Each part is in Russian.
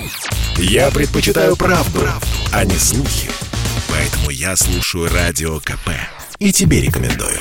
Я предпочитаю правду, а не слухи. Поэтому я слушаю Радио КП. И тебе рекомендую.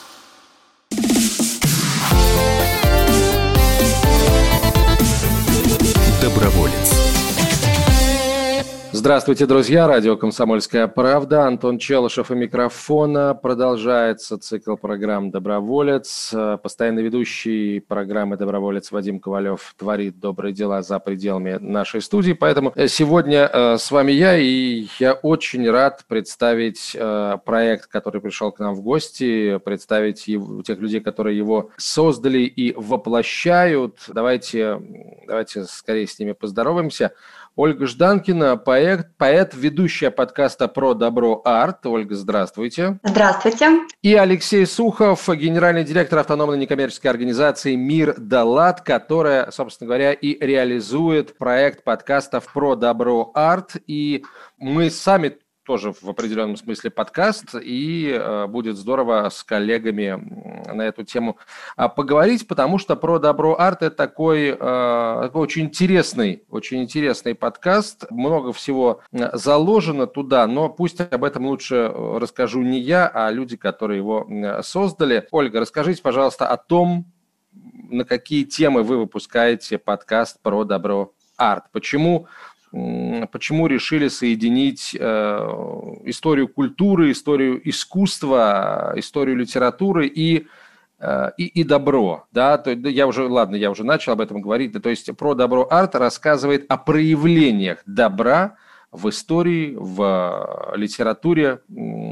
Доброволец. Здравствуйте, друзья. Радио «Комсомольская правда». Антон Челышев у микрофона. Продолжается цикл программ «Доброволец». Постоянно ведущий программы «Доброволец» Вадим Ковалев творит добрые дела за пределами нашей студии. Поэтому сегодня с вами я, и я очень рад представить проект, который пришел к нам в гости, представить тех людей, которые его создали и воплощают. Давайте скорее с ними поздороваемся. Ольга Жданкина, поэт, ведущая подкаста «Про добро арт». Ольга, здравствуйте. Здравствуйте. И Алексей Сухов, генеральный директор автономной некоммерческой организации «Мир да Лад», которая, собственно говоря, и реализует проект подкастов «Про добро арт». И мы сами тоже в определенном смысле подкаст, и будет здорово с коллегами на эту тему поговорить, потому что «Про добро арт» – это такой очень интересный подкаст, много всего заложено туда, но пусть об этом лучше расскажу не я, а люди, которые его создали. Ольга, расскажите, пожалуйста, о том, на какие темы вы выпускаете подкаст «Про добро арт», почему решили соединить историю культуры, историю искусства, историю литературы и добро, да, я уже начал об этом говорить, да, то есть «Про добро арт» рассказывает о проявлениях добра в истории, в литературе,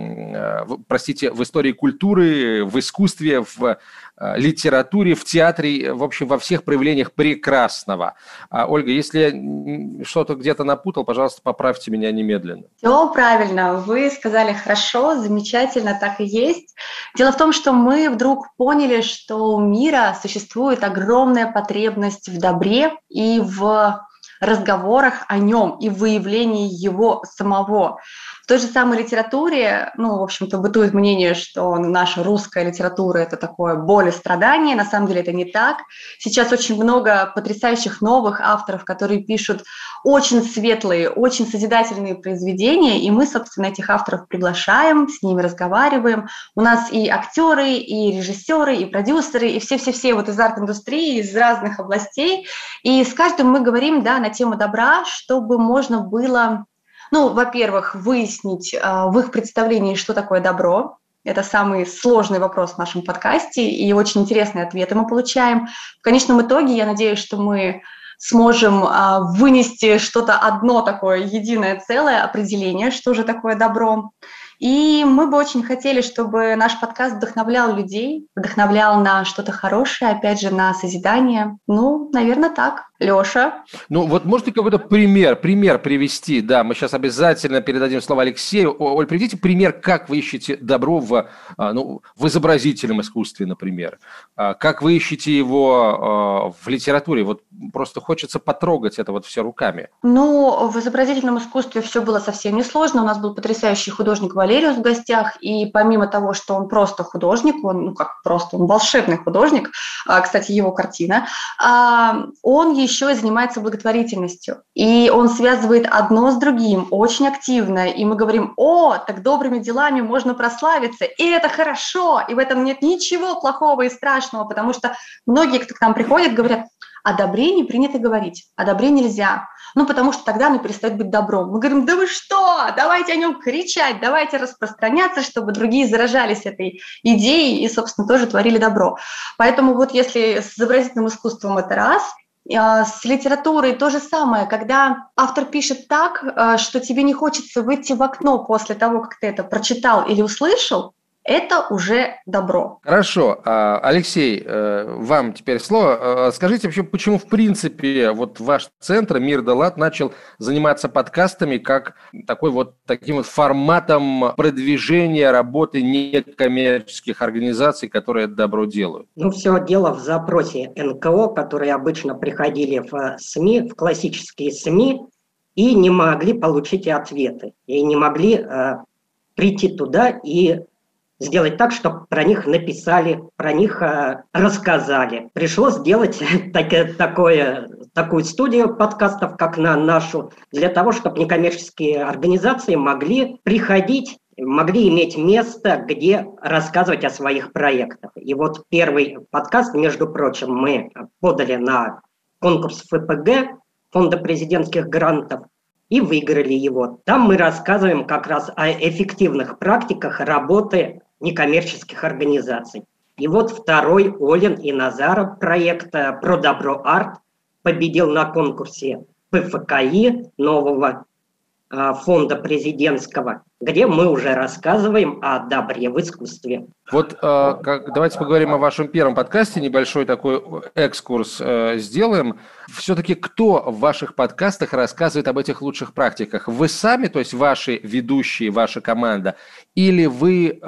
в истории культуры, в искусстве, в литературе, в театре, в общем, во всех проявлениях прекрасного. Ольга, если я что-то где-то напутал, пожалуйста, поправьте меня немедленно. Все правильно, вы сказали хорошо, замечательно, так и есть. Дело в том, что мы вдруг поняли, что у мира существует огромная потребность в добре и в разговорах о нем и выявлении его самого. В той же самой литературе, в общем-то, бытует мнение, что наша русская литература – это такое боль и страдание. На самом деле это не так. Сейчас очень много потрясающих новых авторов, которые пишут очень светлые, очень созидательные произведения, и мы, собственно, этих авторов приглашаем, с ними разговариваем. У нас и актеры, и режиссеры, и продюсеры, и все-все-все вот из арт-индустрии, из разных областей. И с каждым мы говорим, на тему добра, чтобы можно было, во-первых, выяснить в их представлении, что такое добро. Это самый сложный вопрос в нашем подкасте, и очень интересные ответы мы получаем. В конечном итоге, я надеюсь, что мы сможем вынести что-то одно такое единое целое, определение, что же такое добро. И мы бы очень хотели, чтобы наш подкаст вдохновлял людей, вдохновлял на что-то хорошее, опять же, на созидание. Наверное, так. Леша? Можете какой-то пример привести? Да, мы сейчас обязательно передадим слово Алексею. Оль, приведите пример, как вы ищете добро в изобразительном искусстве, например. Как вы ищете его в литературе? Просто хочется потрогать это все руками. В изобразительном искусстве все было совсем несложно. У нас был потрясающий художник Валериус в гостях, и помимо того, что он просто художник, он волшебный художник, кстати, его картина, он еще и занимается благотворительностью. И он связывает одно с другим очень активно. И мы говорим: так добрыми делами можно прославиться. И это хорошо, и в этом нет ничего плохого и страшного, потому что многие, кто к нам приходит, говорят: о добре не принято говорить, о добре нельзя. Потому что тогда оно перестает быть добром. Мы говорим: да вы что, давайте о нем кричать, давайте распространяться, чтобы другие заражались этой идеей и, собственно, тоже творили добро. Поэтому если с изобразительным искусством это раз, с литературой то же самое, когда автор пишет так, что тебе не хочется выйти в окно после того, как ты это прочитал или услышал, это уже добро. Хорошо. Алексей, вам теперь слово. Скажите вообще, почему, в принципе, ваш центр «Мир да Лад» начал заниматься подкастами как таким форматом продвижения работы некоммерческих организаций, которые это добро делают? Все дело в запросе НКО, которые обычно приходили в СМИ, в классические СМИ, и не могли получить ответы, и не могли прийти туда и сделать так, чтобы про них написали, про них рассказали. Пришлось сделать такую студию подкастов, как на нашу, для того, чтобы некоммерческие организации могли приходить, могли иметь место, где рассказывать о своих проектах. И вот первый подкаст, между прочим, мы подали на конкурс ФПГ, Фонда президентских грантов, и выиграли его. Там мы рассказываем как раз о эффективных практиках работы некоммерческих организаций. И вот второй Олин и Назаров проект «Про добро арт» победил на конкурсе ПФКИ, нового фонда президентского, где мы уже рассказываем о добре в искусстве. Вот давайте поговорим о вашем первом подкасте, небольшой такой экскурс сделаем. Все-таки кто в ваших подкастах рассказывает об этих лучших практиках? Вы сами, то есть ваши ведущие, ваша команда, или вы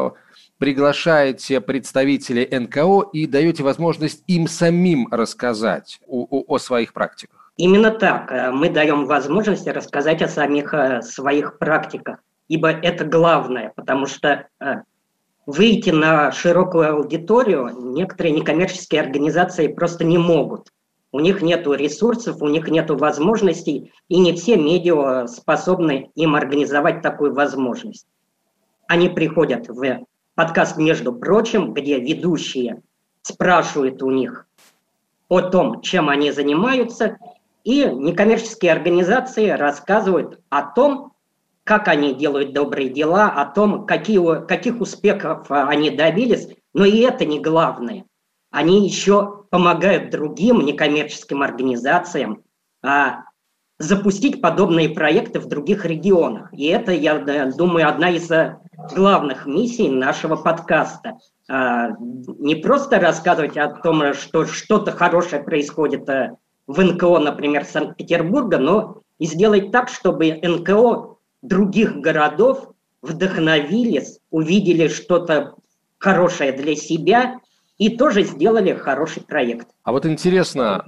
приглашаете представителей НКО и даете возможность им самим рассказать о своих практиках? Именно так. Мы даем возможность рассказать о самих своих практиках, ибо это главное, потому что выйти на широкую аудиторию некоторые некоммерческие организации просто не могут. У них нет ресурсов, у них нет возможностей, и не все медиа способны им организовать такую возможность. Они приходят в подкаст «Между прочим», где ведущие спрашивают у них о том, чем они занимаются, и некоммерческие организации рассказывают о том, как они делают добрые дела, о том, каких успехов они добились. Но и это не главное. Они еще помогают другим некоммерческим организациям запустить подобные проекты в других регионах. И это, я думаю, одна из главных миссий нашего подкаста. Не просто рассказывать о том, что что-то хорошее происходит в НКО, например, Санкт-Петербурга, но и сделать так, чтобы НКО других городов вдохновились, увидели что-то хорошее для себя и тоже сделали хороший проект. А вот интересно,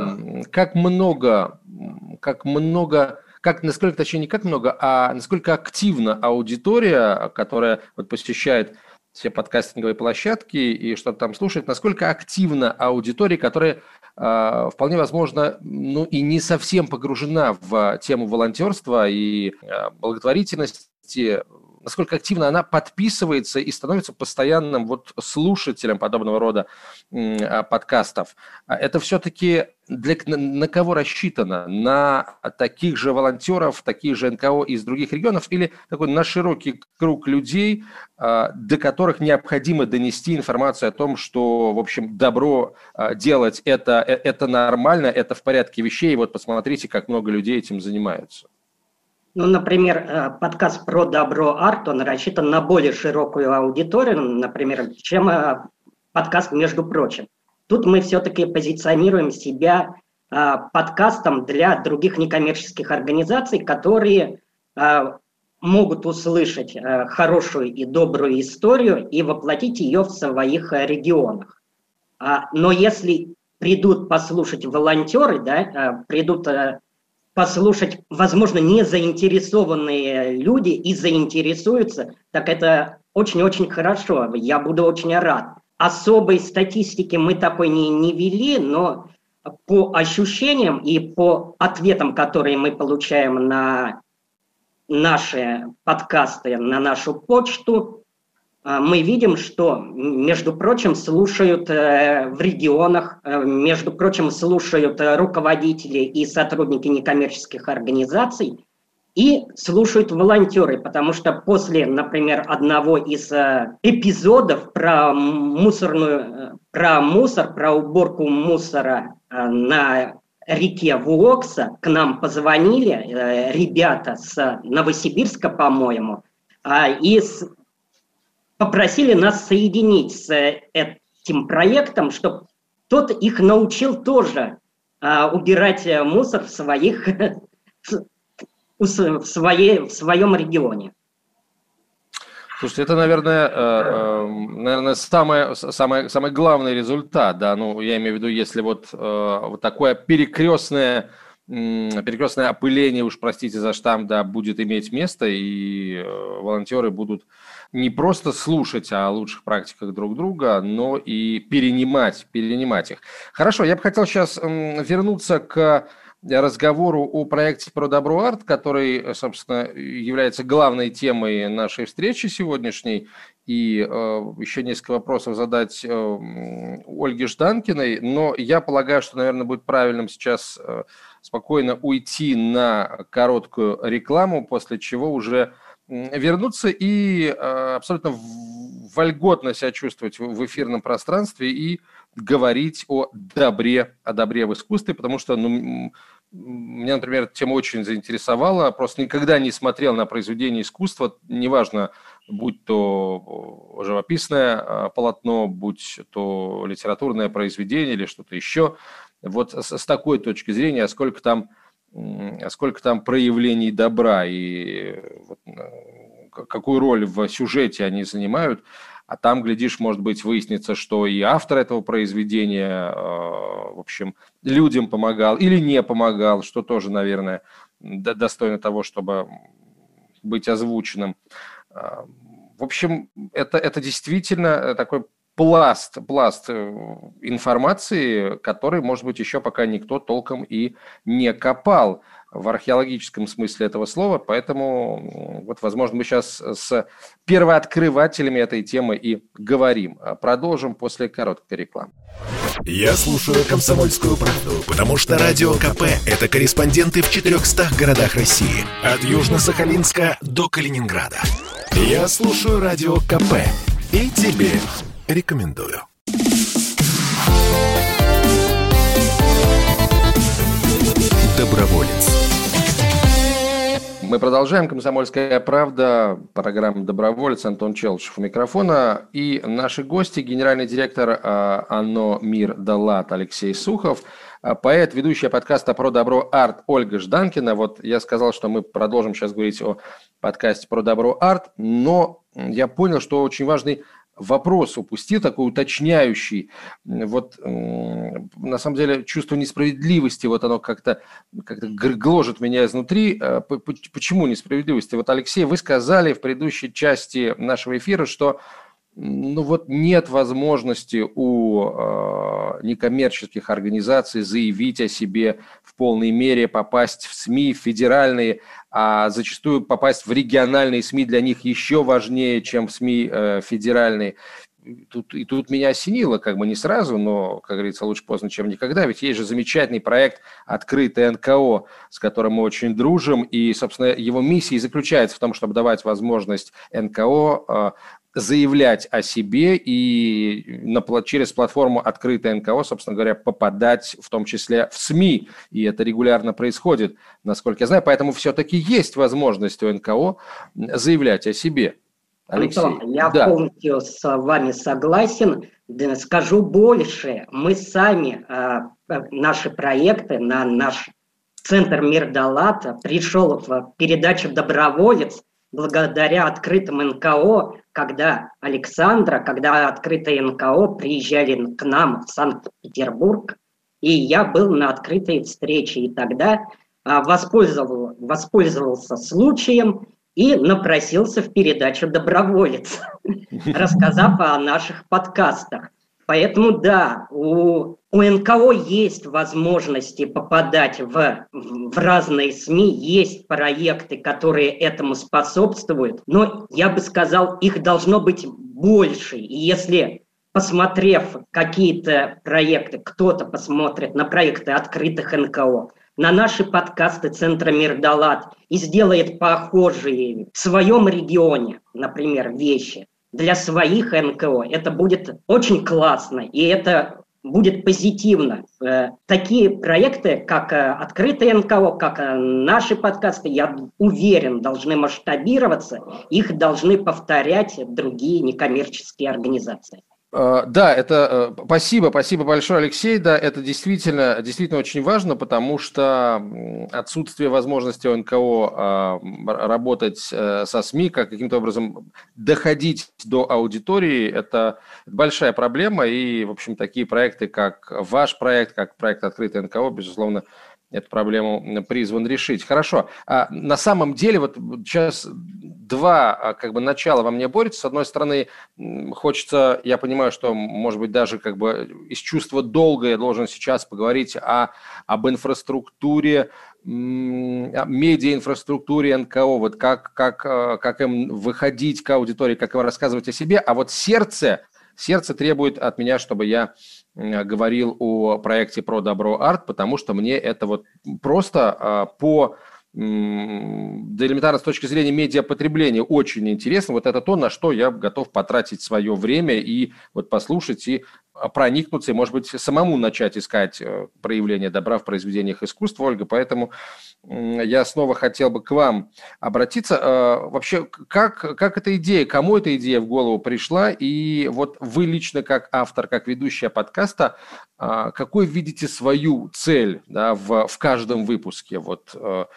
насколько активна аудитория, которая посещает все подкастинговые площадки и что-то там слушает, насколько активна аудитория, которая вполне возможно, и не совсем погружена в тему волонтерства и благотворительности, насколько активно она подписывается и становится постоянным слушателем подобного рода подкастов. Это все-таки на кого рассчитано? На таких же волонтеров, таких же НКО из других регионов или на широкий круг людей, до которых необходимо донести информацию о том, что, в общем, добро делать это нормально, это в порядке вещей, и посмотрите, как много людей этим занимаются. Например, подкаст «Про добро арт», он рассчитан на более широкую аудиторию, например, чем подкаст «Между прочим». Тут мы все-таки позиционируем себя подкастом для других некоммерческих организаций, которые могут услышать хорошую и добрую историю и воплотить ее в своих регионах. Но если придут послушать волонтеры, придут послушать, возможно, не заинтересованные люди и заинтересуются, так это очень-очень хорошо, я буду очень рад. Особой статистики мы такой не вели, но по ощущениям и по ответам, которые мы получаем на наши подкасты, на нашу почту, мы видим, что, между прочим, слушают в регионах, между прочим, слушают руководители и сотрудники некоммерческих организаций и слушают волонтеры, потому что после, например, одного из эпизодов про уборку мусора на реке Вуокса к нам позвонили ребята с Новосибирска, по-моему, и попросили нас соединить с этим проектом, чтобы тот их научил тоже убирать мусор в своем регионе. Слушайте, это, наверное, самый главный результат, да, я имею в виду, если вот такое перекрестное опыление, уж простите за штамп, да, будет иметь место, и волонтеры будут не просто слушать о лучших практиках друг друга, но и перенимать их. Хорошо, я бы хотел сейчас вернуться к разговору о проекте «Про добро арт», который, собственно, является главной темой нашей встречи сегодняшней. И еще несколько вопросов задать Ольге Жданкиной. Но я полагаю, что, наверное, будет правильным сейчас спокойно уйти на короткую рекламу, после чего уже вернуться и абсолютно вольготно себя чувствовать в эфирном пространстве и говорить о добре в искусстве, потому что меня, например, эта тема очень заинтересовала. Просто никогда не смотрел на произведение искусства, неважно, будь то живописное полотно, будь то литературное произведение или что-то еще. Вот с такой точки зрения, сколько там проявлений добра и вот, какую роль в сюжете они занимают. А там, глядишь, может быть, выяснится, что и автор этого произведения, в общем, людям помогал или не помогал, что тоже, наверное, достойно того, чтобы быть озвученным. В общем, это действительно такой пласт информации, который, может быть, еще пока никто толком и не копал в археологическом смысле этого слова, поэтому, вот, возможно, мы сейчас с первооткрывателями этой темы и говорим. Продолжим после короткой рекламы. Я слушаю «Комсомольскую правду», потому что Радио КП – это корреспонденты в 400 городах России. От Южно-Сахалинска до Калининграда. Я слушаю Радио КП и тебе рекомендую. Доброволец. Мы продолжаем. «Комсомольская правда», программа «Доброволец», Антон Челышев у микрофона. И наши гости, генеральный директор ОНО «Мир Далат» Алексей Сухов, поэт, ведущая подкаста «Про добро арт» Ольга Жданкина. Вот я сказал, что мы продолжим сейчас говорить о подкасте «Про добро арт», но я понял, что очень важный вопрос упустил, такой уточняющий. Вот на самом деле чувство несправедливости, вот оно как-то гложет меня изнутри. Почему несправедливости? Вот, Алексей, вы сказали в предыдущей части нашего эфира, что нет возможности у некоммерческих организаций заявить о себе в полной мере, попасть в СМИ, в федеральные, а зачастую попасть в региональные СМИ для них еще важнее, чем в СМИ федеральные. Тут меня осенило, не сразу, но, как говорится, лучше поздно, чем никогда. Ведь есть же замечательный проект «Открытое НКО», с которым мы очень дружим. И, собственно, его миссия и заключается в том, чтобы давать возможность НКО заявлять о себе и через платформу «Открытое НКО», собственно говоря, попадать в том числе в СМИ. И это регулярно происходит, насколько я знаю. Поэтому все-таки есть возможность у НКО заявлять о себе. Алексей, Антон, я полностью с вами согласен. Скажу больше. Мы сами, наши проекты, на наш центр «Мир Далат» пришел в передачу «Доброволец» благодаря открытым НКО, когда открытые НКО приезжали к нам в Санкт-Петербург, и я был на открытой встрече, и тогда воспользовался случаем и напросился в передачу «Доброволец», рассказав о наших подкастах. Поэтому да, у НКО есть возможности попадать в разные СМИ, есть проекты, которые этому способствуют, но я бы сказал, их должно быть больше. И если, посмотрев какие-то проекты, кто-то посмотрит на проекты открытых НКО, на наши подкасты Центра «Мир Далат» и сделает похожие в своем регионе, например, вещи, для своих НКО, это будет очень классно, и это будет позитивно. Такие проекты, как открытые НКО, как наши подкасты, я уверен, должны масштабироваться, их должны повторять другие некоммерческие организации. Да, это спасибо большое, Алексей. Да, это действительно очень важно, потому что отсутствие возможности у НКО работать со СМИ, каким-то образом доходить до аудитории, это большая проблема. И, в общем, такие проекты, как ваш проект, как проект «Открытое НКО», безусловно, эту проблему призван решить. Хорошо. На самом деле, вот сейчас два как бы начала во мне борются. С одной стороны, хочется, я понимаю, что, может быть, даже как бы из чувства долга я должен сейчас поговорить об инфраструктуре, медиаинфраструктуре НКО, вот как им выходить к аудитории, как им рассказывать о себе, а вот сердце требует от меня, чтобы я говорил о проекте «Про добро арт», потому что мне это вот просто да элементарно с точки зрения медиапотребления очень интересно. Вот это то, на что я готов потратить свое время и вот послушать и проникнуться, и, может быть, самому начать искать проявление добра в произведениях искусства, Ольга. Поэтому я снова хотел бы к вам обратиться. Вообще, как эта идея, кому эта идея в голову пришла? И вот вы лично как автор, как ведущая подкаста, какой видите свою цель, да, в каждом выпуске? Вот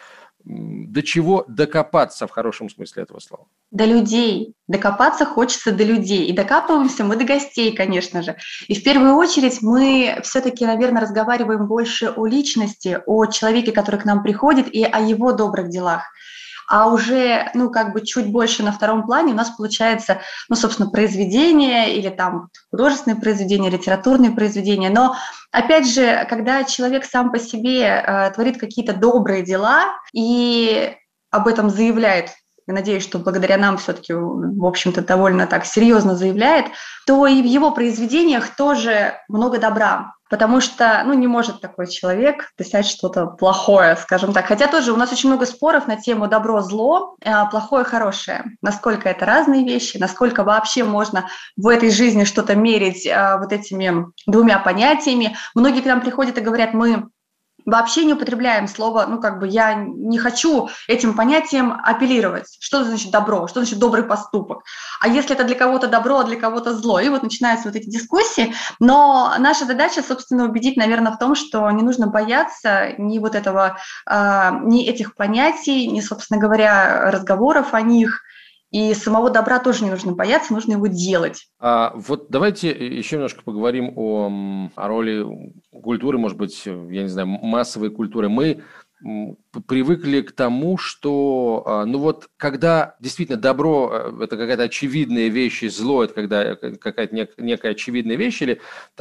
до чего докопаться в хорошем смысле этого слова? До людей. Докопаться хочется до людей. И докапываемся мы до гостей, конечно же. И в первую очередь мы все-таки, наверное, разговариваем больше о личности, о человеке, который к нам приходит, и о его добрых делах. А уже, чуть больше на втором плане у нас получается, собственно, произведение или там художественные произведения, литературные произведения. Но, опять же, когда человек сам по себе творит какие-то добрые дела и об этом заявляет, я надеюсь, что благодаря нам все-таки, в общем-то, довольно так серьезно заявляет, то и в его произведениях тоже много добра. Потому что, не может такой человек писать что-то плохое, скажем так. Хотя тоже у нас очень много споров на тему добро-зло, плохое-хорошее. Насколько это разные вещи, насколько вообще можно в этой жизни что-то мерить вот этими двумя понятиями. Многие к нам приходят и говорят, мы вообще не употребляем слово, я не хочу этим понятием апеллировать. Что значит добро? Что значит добрый поступок? А если это для кого-то добро, а для кого-то зло? И вот начинаются вот эти дискуссии. Но наша задача, собственно, убедить, наверное, в том, что не нужно бояться ни вот этого, ни этих понятий, ни, собственно говоря, разговоров о них. И самого добра тоже не нужно бояться, нужно его делать. Вот давайте еще немножко поговорим о роли культуры, может быть, я не знаю, массовой культуры. Мы привыкли к тому, что, когда действительно добро – это какая-то очевидная вещь, и зло – это когда какая-то некая очевидная вещь, или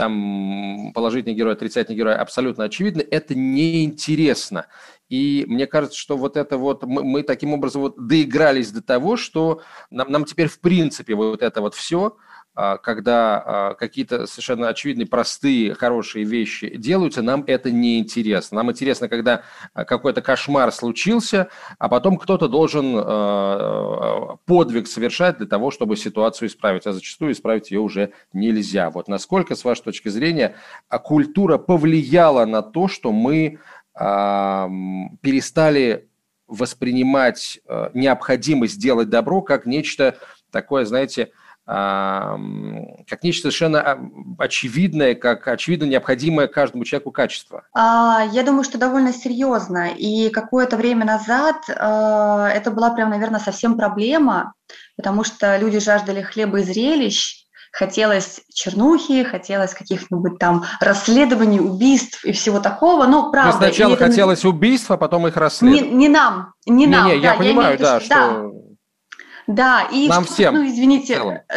там положительный герой, отрицательный герой абсолютно очевидно, это неинтересно. И мне кажется, что вот это вот мы таким образом доигрались до того, что нам теперь в принципе вот это вот все, когда какие-то совершенно очевидные, простые, хорошие вещи делаются, нам это не интересно. Нам интересно, когда какой-то кошмар случился, а потом кто-то должен подвиг совершать для того, чтобы ситуацию исправить. А зачастую исправить ее уже нельзя. Вот насколько, с вашей точки зрения, культура повлияла на то, что мы перестали воспринимать необходимость делать добро как нечто такое, знаете, как нечто совершенно очевидное, как очевидно необходимое каждому человеку качество? Я думаю, что довольно серьезно. И какое-то время назад это была прям, наверное, совсем проблема, потому что люди жаждали хлеба и зрелищ, хотелось чернухи, хотелось каких-нибудь там расследований, убийств и всего такого. Правда. Сначала хотелось убийств, а потом их расследовать. Не нам. Я понимаю, что... Да, и нам что, всем. Извините,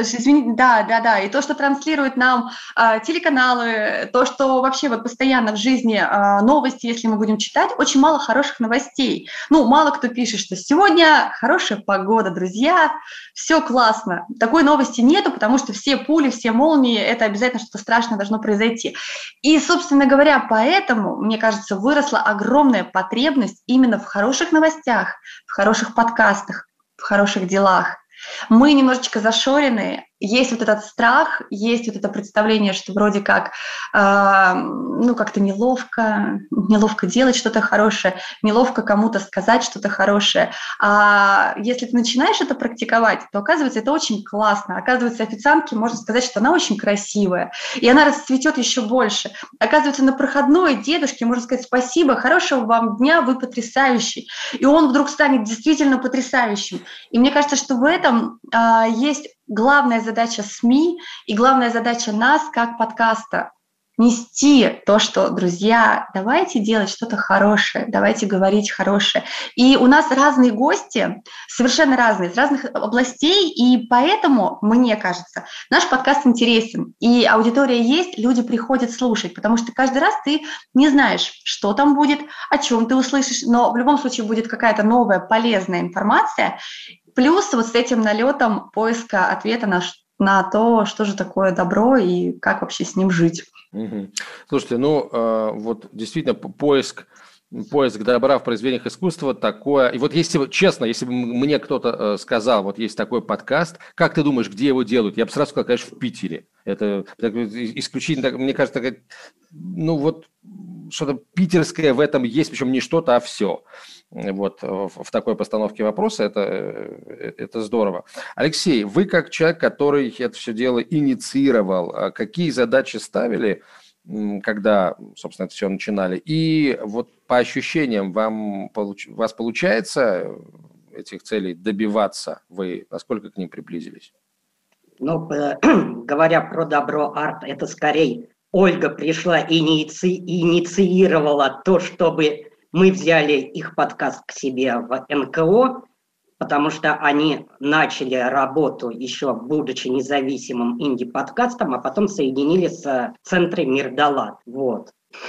да, и то, что транслируют нам телеканалы, то, что вообще вот постоянно в жизни новости, если мы будем читать, очень мало хороших новостей. Мало кто пишет, что сегодня хорошая погода, друзья, все классно. Такой новости нету, потому что все пули, все молнии, это обязательно что-то страшное должно произойти. И, собственно говоря, поэтому, мне кажется, выросла огромная потребность именно в хороших новостях, в хороших подкастах, в хороших делах. Мы немножечко зашорены, есть вот этот страх, есть вот это представление, что вроде как, как-то неловко делать что-то хорошее, неловко кому-то сказать что-то хорошее. А если ты начинаешь это практиковать, то, оказывается, это очень классно. Оказывается, официантке можно сказать, что она очень красивая, и она расцветет еще больше. Оказывается, на проходной дедушке можно сказать спасибо, хорошего вам дня, вы потрясающий. И он вдруг станет действительно потрясающим. И мне кажется, что в этом есть главная задача СМИ и главная задача нас, как подкаста, нести то, что, друзья, давайте делать что-то хорошее, давайте говорить хорошее. И у нас разные гости, совершенно разные, из разных областей, и поэтому, мне кажется, наш подкаст интересен. И аудитория есть, люди приходят слушать, потому что каждый раз ты не знаешь, что там будет, о чем ты услышишь, но в любом случае будет какая-то новая полезная информация, плюс вот с этим налетом поиска ответа на то, что же такое добро и как вообще с ним жить. Угу. Слушайте, вот действительно поиск добра в произведениях искусства такое. И вот если бы, честно, если бы мне кто-то сказал, вот есть такой подкаст, как ты думаешь, где его делают? Я бы сразу сказал, конечно, в Питере. Это исключительно, мне кажется, что-то питерское в этом есть, причем не что-то, а все. Вот в такой постановке вопроса это здорово. Алексей, вы как человек, который это все дело инициировал, какие задачи ставили, когда, собственно, это все начинали? И вот по ощущениям, у вас получается этих целей добиваться? Вы насколько к ним приблизились? Говоря про добро арт, это скорее Ольга пришла и инициировала то, чтобы мы взяли их подкаст к себе в НКО, потому что они начали работу еще будучи независимым инди-подкастом, а потом соединились с центром «Мир Далат». Вот.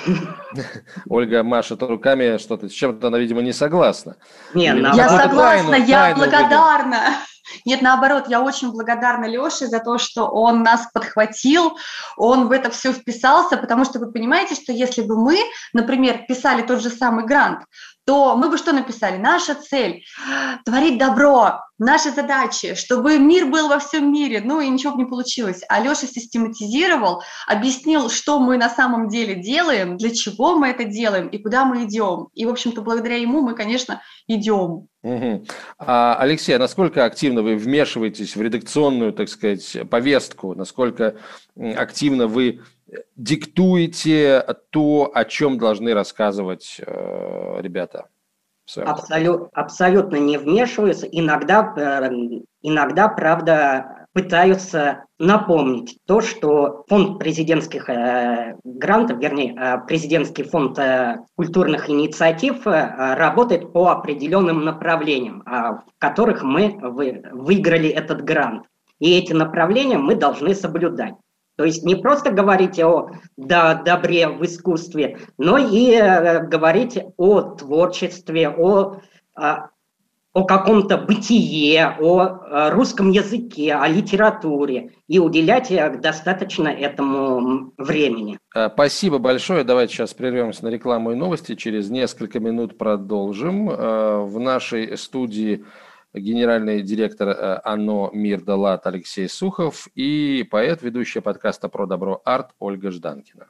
Ольга машет руками, с чем-то она, видимо, не согласна. Я согласна, я благодарна. Нет, наоборот, я очень благодарна Леше за то, что он нас подхватил, он в это все вписался, потому что вы понимаете, что если бы мы, например, писали тот же самый грант, то мы бы что написали? Наша цель – творить добро, наши задачи, чтобы мир был во всем мире, и ничего бы не получилось. А Леша систематизировал, объяснил, что мы на самом деле делаем, для чего мы это делаем и куда мы идем. И, в общем-то, благодаря ему мы, конечно, идем. Угу. Алексей, насколько активно вы вмешиваетесь в редакционную, так сказать, повестку? Насколько активно вы диктуете то, о чем должны рассказывать ребята? Абсолютно не вмешиваются. Иногда, правда, пытаются напомнить то, что фонд президентских грантов, президентский фонд культурных инициатив работает по определенным направлениям, в которых мы выиграли этот грант. И эти направления мы должны соблюдать. То есть не просто говорить о добре в искусстве, но и говорить о творчестве, о каком-то бытие, о русском языке, о литературе и уделять достаточно этому времени. Спасибо большое. Давайте сейчас прервемся на рекламу и новости. Через несколько минут продолжим. В нашей студии генеральный директор ОНО «Мир Далат» Алексей Сухов и поэт, ведущая подкаста «Про добро арт» Ольга Жданкина.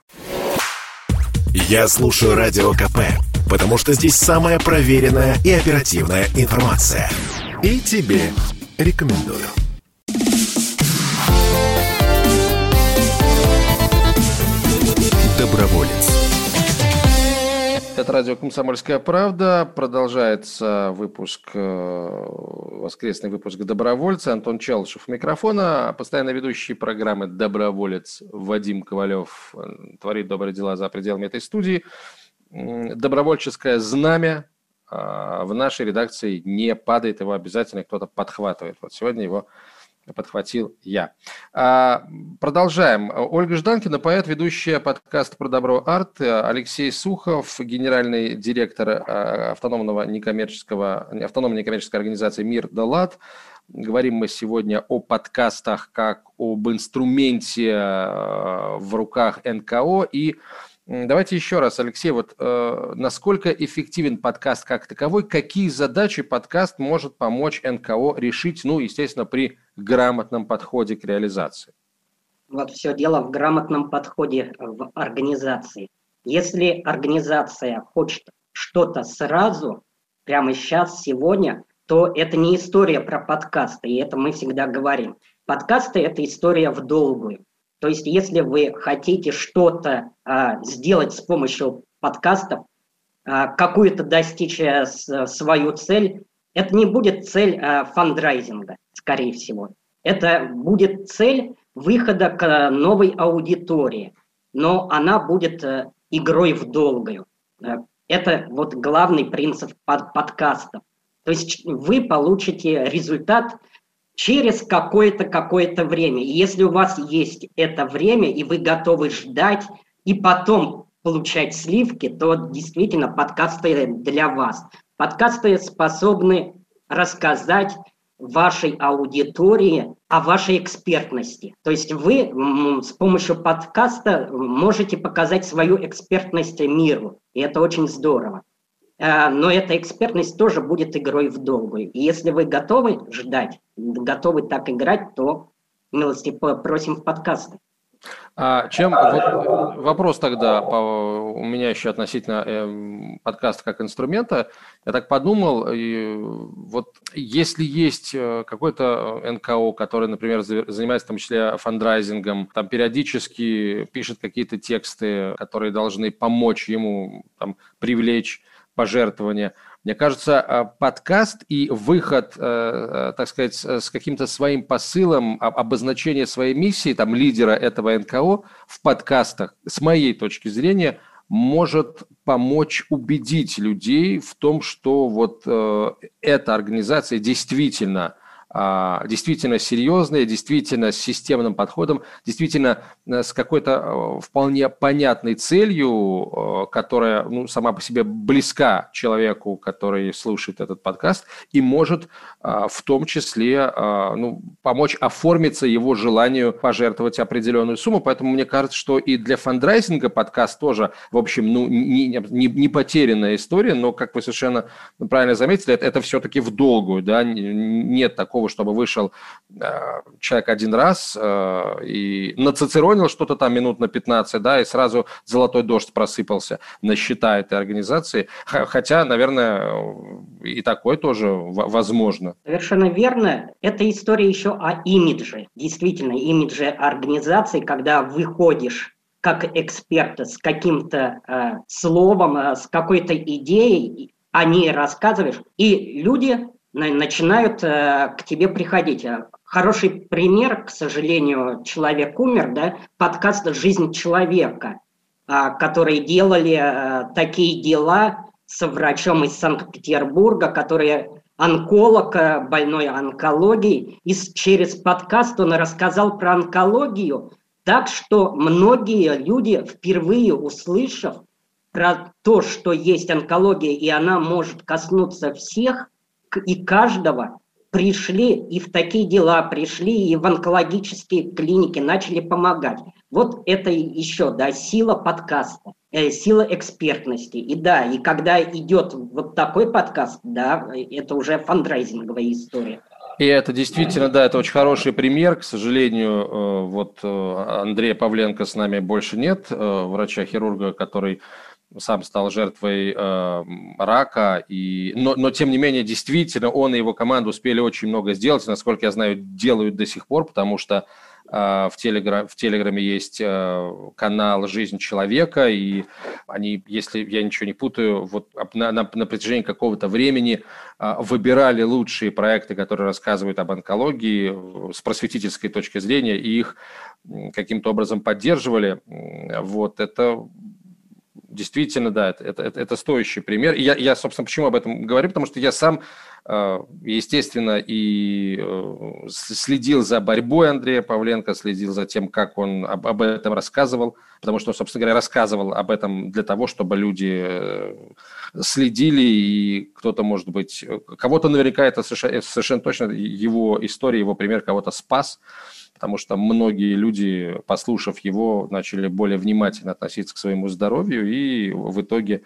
Я слушаю Радио КП, потому что здесь самая проверенная и оперативная информация. И тебе рекомендую. Доброволец. Это радио «Комсомольская правда». Продолжается воскресный выпуск «Добровольца». Антон Челышев у микрофона. Постоянно ведущий программы «Доброволец» Вадим Ковалев творит добрые дела за пределами этой студии. Добровольческое знамя в нашей редакции не падает. Его обязательно кто-то подхватывает. Вот сегодня его подхватил я. Продолжаем. Ольга Жданкина, поэт, ведущая подкаст «Про добро арт», Алексей Сухов, генеральный директор автономной некоммерческой организации «Мир Далат». Говорим мы сегодня о подкастах как об инструменте в руках НКО. И давайте еще раз, Алексей, насколько эффективен подкаст как таковой, какие задачи подкаст может помочь НКО решить, естественно, при грамотном подходе к реализации? Вот все дело в грамотном подходе в организации. Если организация хочет что-то сразу, прямо сейчас, сегодня, то это не история про подкасты, и это мы всегда говорим. Подкасты – это история в долгую. То есть если вы хотите что-то сделать с помощью подкастов, какую-то достичь свою цель, это не будет цель фандрайзинга, скорее всего. Это будет цель выхода к новой аудитории. но она будет игрой в долгую. Это вот главный принцип подкастов. То есть вы получите результат через какое-то время. И если у вас есть это время, и вы готовы ждать, и потом получать сливки, то действительно подкасты для вас. Подкасты способны рассказать вашей аудитории о вашей экспертности. То есть вы с помощью подкаста можете показать свою экспертность миру, и это очень здорово. Но эта экспертность тоже будет игрой в долгую. И если вы готовы ждать, готовы так играть, то милости просим в подкасты. Вопрос тогда у меня еще относительно подкаста как инструмента. Я так подумал, вот если есть какой-то НКО, который, например, занимается в том числе фандрайзингом, там периодически пишет какие-то тексты, которые должны помочь ему там, привлечь пожертвования. Мне кажется, подкаст и выход, так сказать, с каким-то своим посылом, обозначение своей миссии, там, лидера этого НКО в подкастах, с моей точки зрения, может помочь убедить людей в том, что вот эта организация действительно серьезная, действительно с системным подходом, действительно с какой-то вполне понятной целью, которая сама по себе близка человеку, который слушает этот подкаст, и может в том числе помочь оформиться его желанию пожертвовать определенную сумму. Поэтому мне кажется, что и для фандрайзинга подкаст тоже, в общем, не потерянная история, но, как вы совершенно правильно заметили, это все-таки в долгую, да, нет такого, чтобы вышел человек один раз и нацицеронил что-то там минут на 15, да, и сразу золотой дождь просыпался на счета этой организации. Хотя, наверное, и такое тоже возможно. Совершенно верно. Это история еще о имидже. Действительно, имидже организации, когда выходишь как эксперт с каким-то словом, с какой-то идеей, о ней рассказываешь, и люди начинают к тебе приходить. Хороший пример, к сожалению, человек умер, да, подкаст «Жизнь человека», которые делали такие дела с врачом из Санкт-Петербурга, который онколог, больной онкологией, и через подкаст он рассказал про онкологию, так что многие люди, впервые услышав про то, что есть онкология, и она может коснуться всех, и каждого, пришли и в такие дела, пришли и в онкологические клиники, начали помогать. Вот это еще, да, сила подкаста, сила экспертности. И да, и когда идет вот такой подкаст, да, это уже фандрайзинговая история. И это действительно, да, это очень хороший пример. К сожалению, вот Андрея Павленко с нами больше нет, врача-хирурга, который сам стал жертвой рака, но тем не менее, действительно, он и его команда успели очень много сделать, насколько я знаю, делают до сих пор, потому что в Телеграме есть канал «Жизнь человека», и они, если я ничего не путаю, вот на протяжении какого-то времени выбирали лучшие проекты, которые рассказывают об онкологии с просветительской точки зрения, и их каким-то образом поддерживали. Вот это... Действительно, да, это стоящий пример. И я, собственно, почему об этом говорю? Потому что я сам, естественно, и следил за борьбой Андрея Павленко, следил за тем, как он об этом рассказывал, потому что он, собственно говоря, рассказывал об этом для того, чтобы люди следили, и кто-то, может быть, кого-то наверняка это совершенно точно его история, его пример кого-то спас, потому что многие люди, послушав его, начали более внимательно относиться к своему здоровью, и в итоге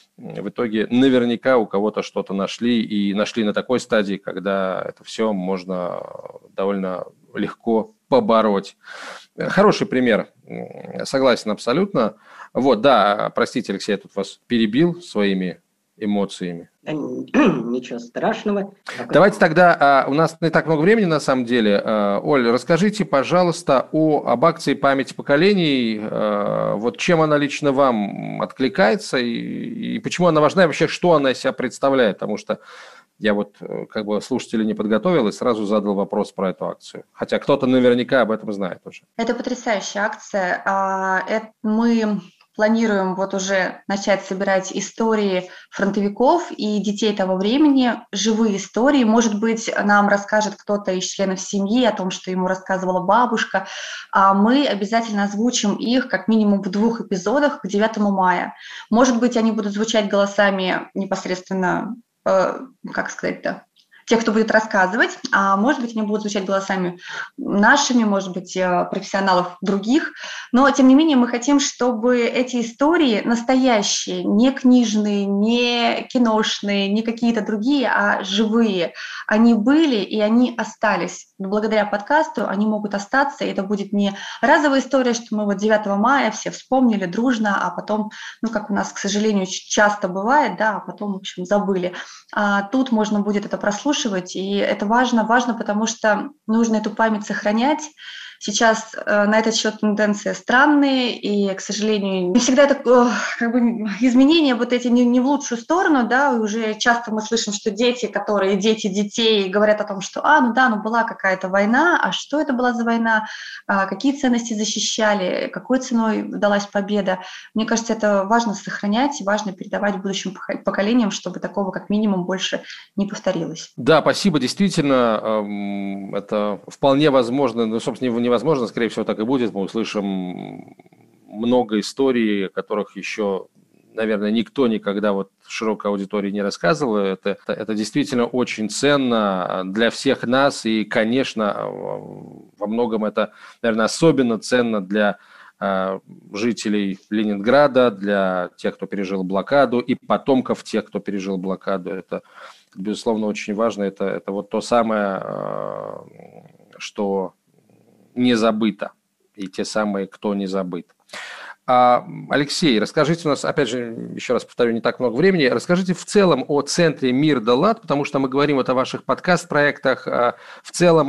наверняка у кого-то что-то нашли, и нашли на такой стадии, когда это все можно довольно легко побороть. Хороший пример, согласен абсолютно. Вот, да, простите, Алексей, я тут вас перебил своими эмоциями. Ничего страшного. Давайте тогда, у нас не так много времени на самом деле. Оль, расскажите, пожалуйста, об акции «Память поколений». Вот чем она лично вам откликается и почему она важна, и вообще что она из себя представляет? Потому что Я вот как бы слушателей не подготовил и сразу задал вопрос про эту акцию. Хотя кто-то наверняка об этом знает уже. Это потрясающая акция. Мы планируем вот уже начать собирать истории фронтовиков и детей того времени, живые истории. Может быть, нам расскажет кто-то из членов семьи о том, что ему рассказывала бабушка. А мы обязательно озвучим их как минимум в 2 эпизодах к 9 мая. Может быть, они будут звучать голосами непосредственно, как сказать-то, тех, кто будет рассказывать, а может быть, они будут звучать голосами нашими, может быть, профессионалов других, но, тем не менее, мы хотим, чтобы эти истории настоящие, не книжные, не киношные, не какие-то другие, а живые, они были и они остались. Благодаря подкасту они могут остаться, и это будет не разовая история, что мы вот 9 мая все вспомнили дружно, а потом, как у нас, к сожалению, часто бывает, да, а потом, в общем, забыли. А тут можно будет это прослушивать, и это важно, потому что нужно эту память сохранять. Сейчас на этот счет тенденции странные, и, к сожалению, не всегда это изменения вот эти не в лучшую сторону, да, и уже часто мы слышим, что дети детей говорят о том, что, была какая-то война, а что это была за война, какие ценности защищали, какой ценой удалась победа. Мне кажется, это важно сохранять, важно передавать будущим поколениям, чтобы такого как минимум больше не повторилось. Да, спасибо, действительно, это вполне возможно, собственно, невозможно, скорее всего, так и будет. Мы услышим много историй, о которых еще, наверное, никто никогда широкой аудитории не рассказывал. Это действительно очень ценно для всех нас, и, конечно, во многом это, наверное, особенно ценно для жителей Ленинграда, для тех, кто пережил блокаду, и потомков тех, кто пережил блокаду. Это, безусловно, очень важно. Это вот то самое, что не забыто, и те самые, кто не забыт. Алексей, расскажите у нас, опять же, еще раз повторю, не так много времени, расскажите в целом о центре «Мир да Лад», потому что мы говорим о ваших подкаст-проектах, в целом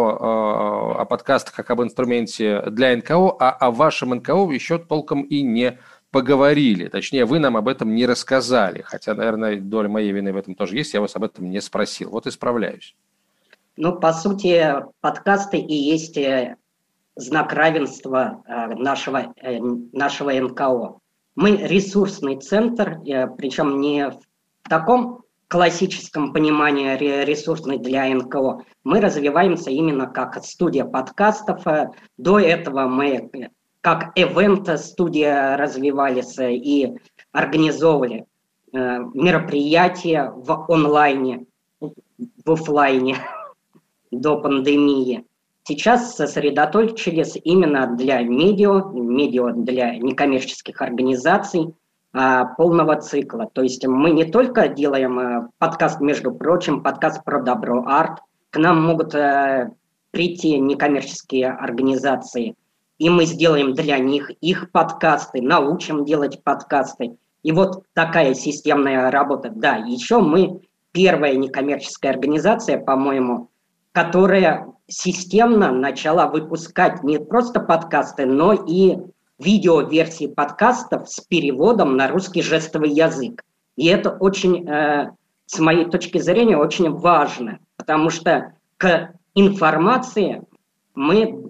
о подкастах как об инструменте для НКО, а о вашем НКО еще толком и не поговорили. Точнее, вы нам об этом не рассказали, хотя, наверное, доля моей вины в этом тоже есть, я вас об этом не спросил. Вот исправляюсь. По сути, подкасты и есть знак равенства нашего НКО. Мы ресурсный центр, причем не в таком классическом понимании ресурсный для НКО. Мы развиваемся именно как студия подкастов. До этого мы как ивент-студия развивались и организовывали мероприятия в онлайне, в офлайне до пандемии. Сейчас сосредоточились именно для медиа для некоммерческих организаций полного цикла. То есть мы не только делаем подкаст, между прочим, подкаст про добро арт. К нам могут прийти некоммерческие организации, и мы сделаем для них их подкасты, научим делать подкасты. И вот такая системная работа. Да, еще мы первая некоммерческая организация, по-моему, которая системно начала выпускать не просто подкасты, но и видеоверсии подкастов с переводом на русский жестовый язык. И это очень, с моей точки зрения, очень важно, потому что к информации мы,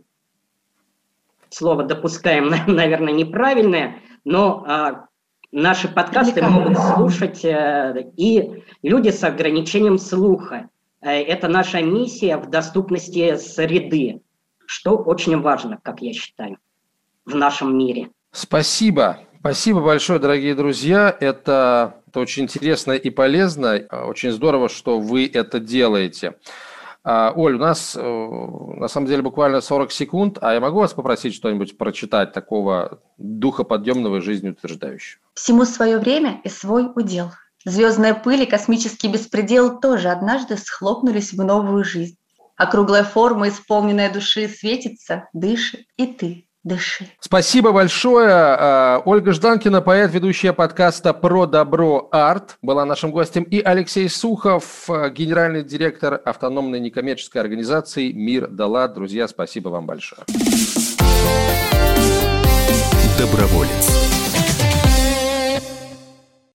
слово допускаем, наверное, неправильное, но наши подкасты могут слушать и люди с ограничением слуха. Это наша миссия в доступности среды, что очень важно, как я считаю, в нашем мире. Спасибо. Спасибо большое, дорогие друзья. Это очень интересно и полезно. Очень здорово, что вы это делаете. Оль, у нас на самом деле буквально 40 секунд, а я могу вас попросить что-нибудь прочитать такого духоподъемного и жизнеутверждающего? Всему свое время и свой удел. Звездная пыль и космический беспредел тоже однажды схлопнулись в новую жизнь. Округлая форма, исполненная души, светится, дышит, и ты дыши. Спасибо большое. Ольга Жданкина, поэт, ведущая подкаста «Про добро арт», была нашим гостем. И Алексей Сухов, генеральный директор автономной некоммерческой организации «Мир да Лад». Друзья, спасибо вам большое. Доброволец.